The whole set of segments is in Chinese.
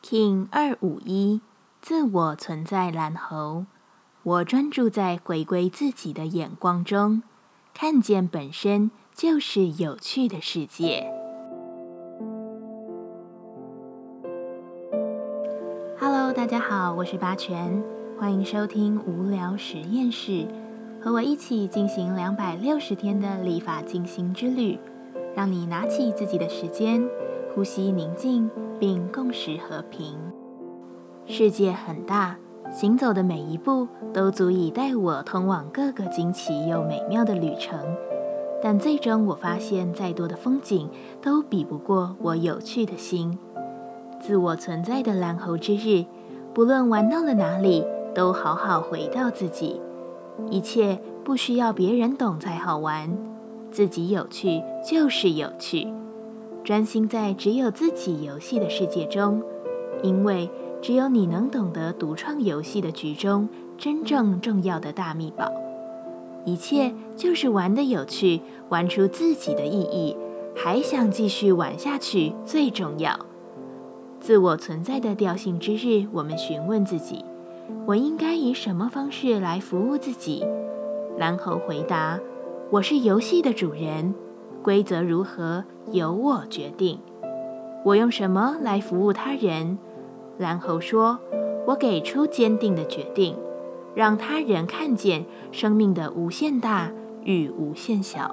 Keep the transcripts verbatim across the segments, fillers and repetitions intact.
King 二五一自我存在蓝猴，我专注在回归自己的眼光中，看见本身就是有趣的世界。Hello， 大家好，我是八全，欢迎收听无聊实验室，和我一起进行两百六十天的立法进行之旅，让你拿起自己的时间，呼吸宁静，并共识和平。世界很大，行走的每一步都足以带我通往各个惊奇又美妙的旅程，但最终我发现再多的风景都比不过我有趣的心。自我存在的蓝猴之日，不论玩到了哪里，都好好回到自己。一切不需要别人懂才好玩，自己有趣就是有趣。专心在只有自己游戏的世界中，因为只有你能懂得独创游戏的局中真正重要的大秘宝。一切就是玩得有趣，玩出自己的意义，还想继续玩下去最重要。自我存在的调性之日，我们询问自己，我应该以什么方式来服务自己？蓝猴回答，我是游戏的主人，规则如何由我决定。我用什么来服务他人？蓝猴说，我给出坚定的决定，让他人看见生命的无限大与无限小。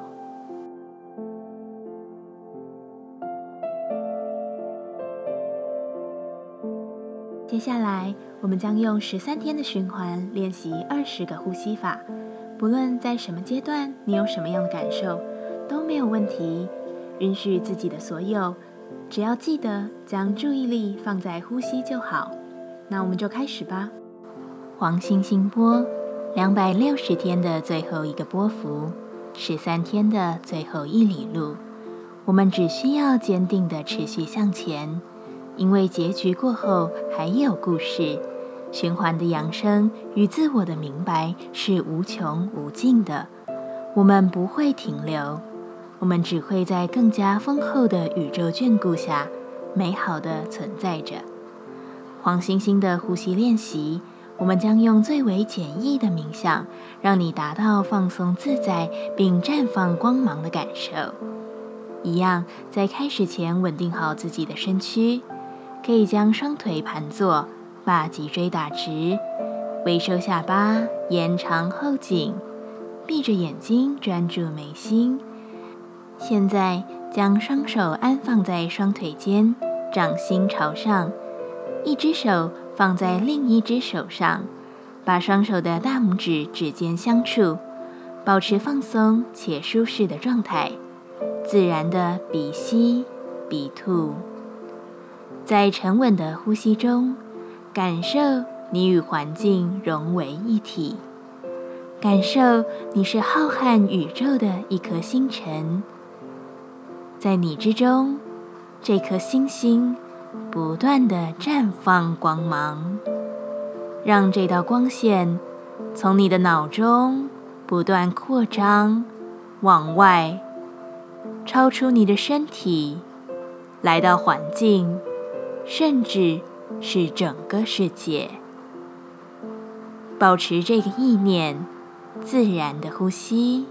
接下来，我们将用十三天的循环练习二十个呼吸法。不论在什么阶段，你有什么样的感受，都没有问题。允许自己的所有，只要记得将注意力放在呼吸就好。那我们就开始吧。黄星星波，两百六十天的最后一个波幅，十三天的最后一里路，我们只需要坚定地持续向前。因为结局过后还有故事，循环的扬升与自我的明白是无穷无尽的。我们不会停留，我们只会在更加丰厚的宇宙眷顾下，美好的存在着。黄星星的呼吸练习，我们将用最为简易的冥想，让你达到放松自在并绽放光芒的感受。一样，在开始前稳定好自己的身躯。可以将双腿盘坐，把脊椎打直，微收下巴，延长后颈，闭着眼睛专注眉心。现在将双手安放在双腿间，掌心朝上，一只手放在另一只手上，把双手的大拇指指尖相触，保持放松且舒适的状态，自然的鼻吸鼻吐。在沉稳的呼吸中，感受你与环境融为一体，感受你是浩瀚宇宙的一颗星辰，在你之中，这颗星星不断地绽放光芒，让这道光线从你的脑中不断扩张，往外，超出你的身体，来到环境，甚至是整个世界。保持这个意念，自然的呼吸。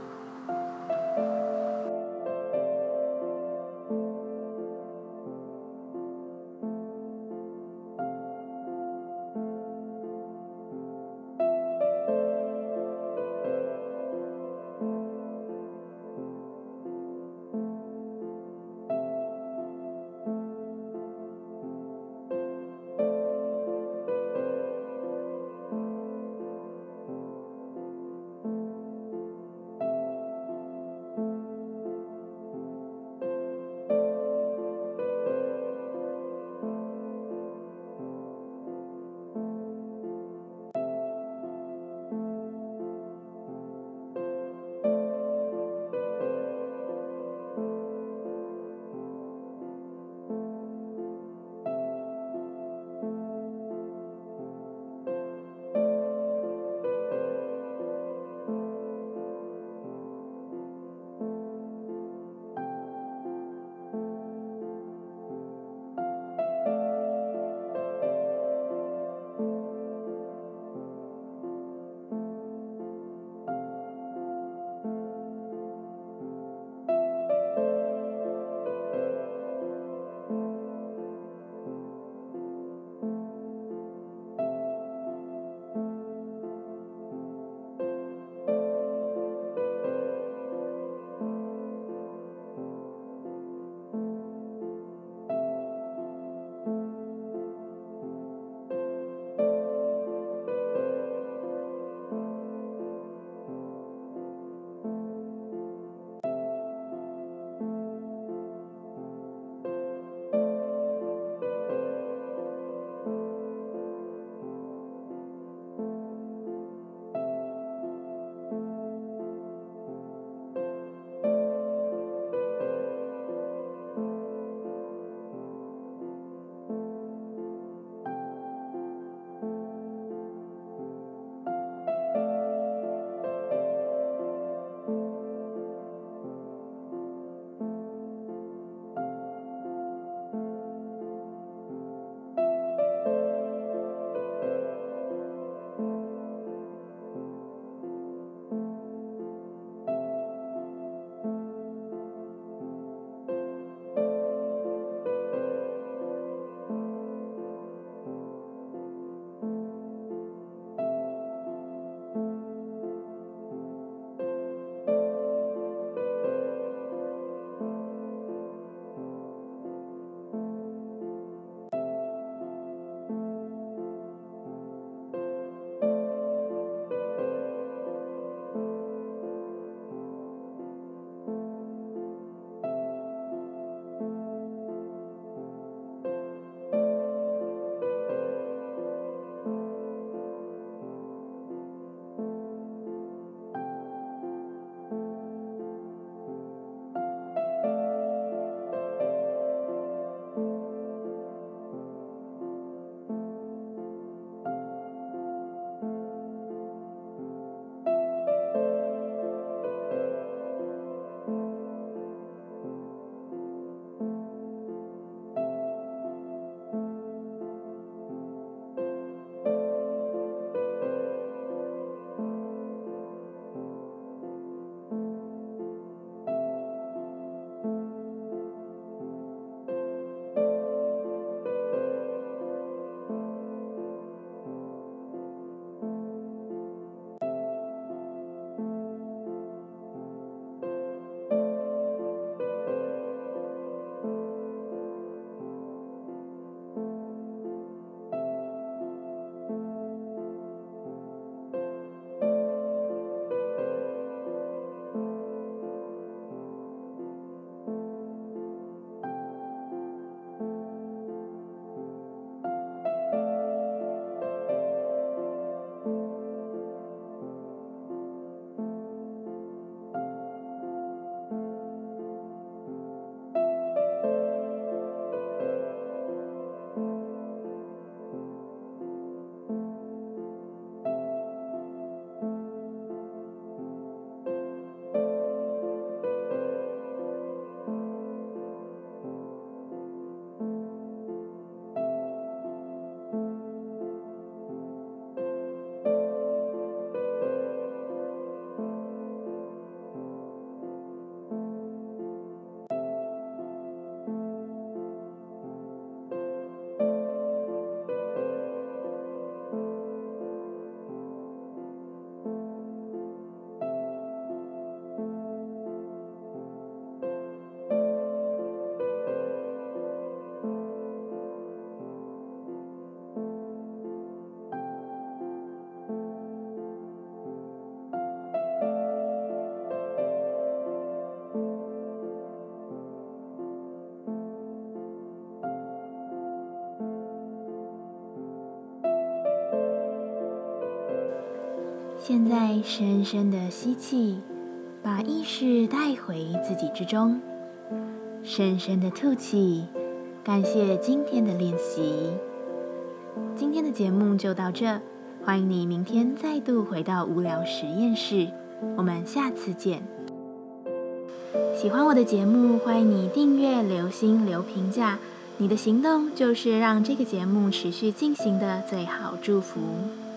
现在深深的吸气，把意识带回自己之中，深深的吐气，感谢今天的练习。今天的节目就到这，欢迎你明天再度回到无聊实验室，我们下次见。喜欢我的节目，欢迎你订阅、留心、留评价，你的行动就是让这个节目持续进行的最好祝福。